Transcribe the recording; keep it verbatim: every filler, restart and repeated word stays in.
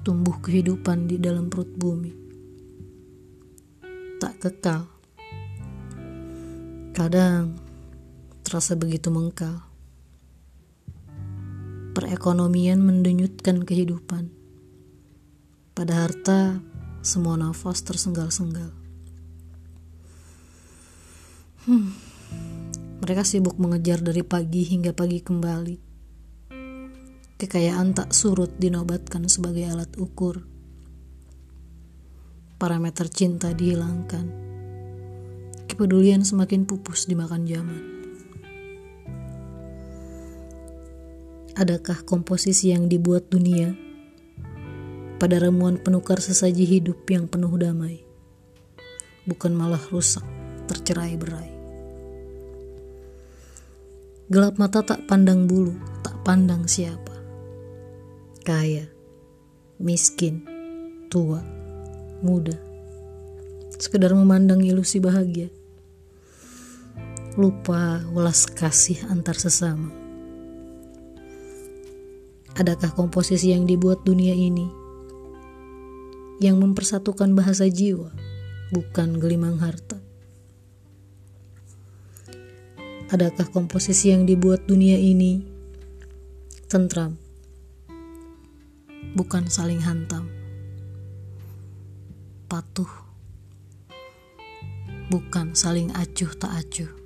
tumbuh kehidupan di dalam perut bumi. Tak kekal. Kadang terasa begitu mengkal. Perekonomian mendenyutkan kehidupan. Pada harta, semua nafas tersenggal-senggal. Hmm, mereka sibuk mengejar dari pagi hingga pagi kembali. Kekayaan tak surut dinobatkan sebagai alat ukur. Parameter cinta dihilangkan. Kepedulian semakin pupus dimakan zaman. Adakah komposisi yang dibuat dunia pada ramuan penukar sesaji hidup yang penuh damai, bukan malah rusak, tercerai-berai? Gelap mata tak pandang bulu, tak pandang siapa. Kaya, miskin, tua, muda, sekedar memandang ilusi bahagia. Lupa welas kasih antar sesama. Adakah komposisi yang dibuat dunia ini yang mempersatukan bahasa jiwa, bukan gelimang harta? Adakah komposisi yang dibuat dunia ini tentram, bukan saling hantam? Patuh, bukan saling acuh tak acuh?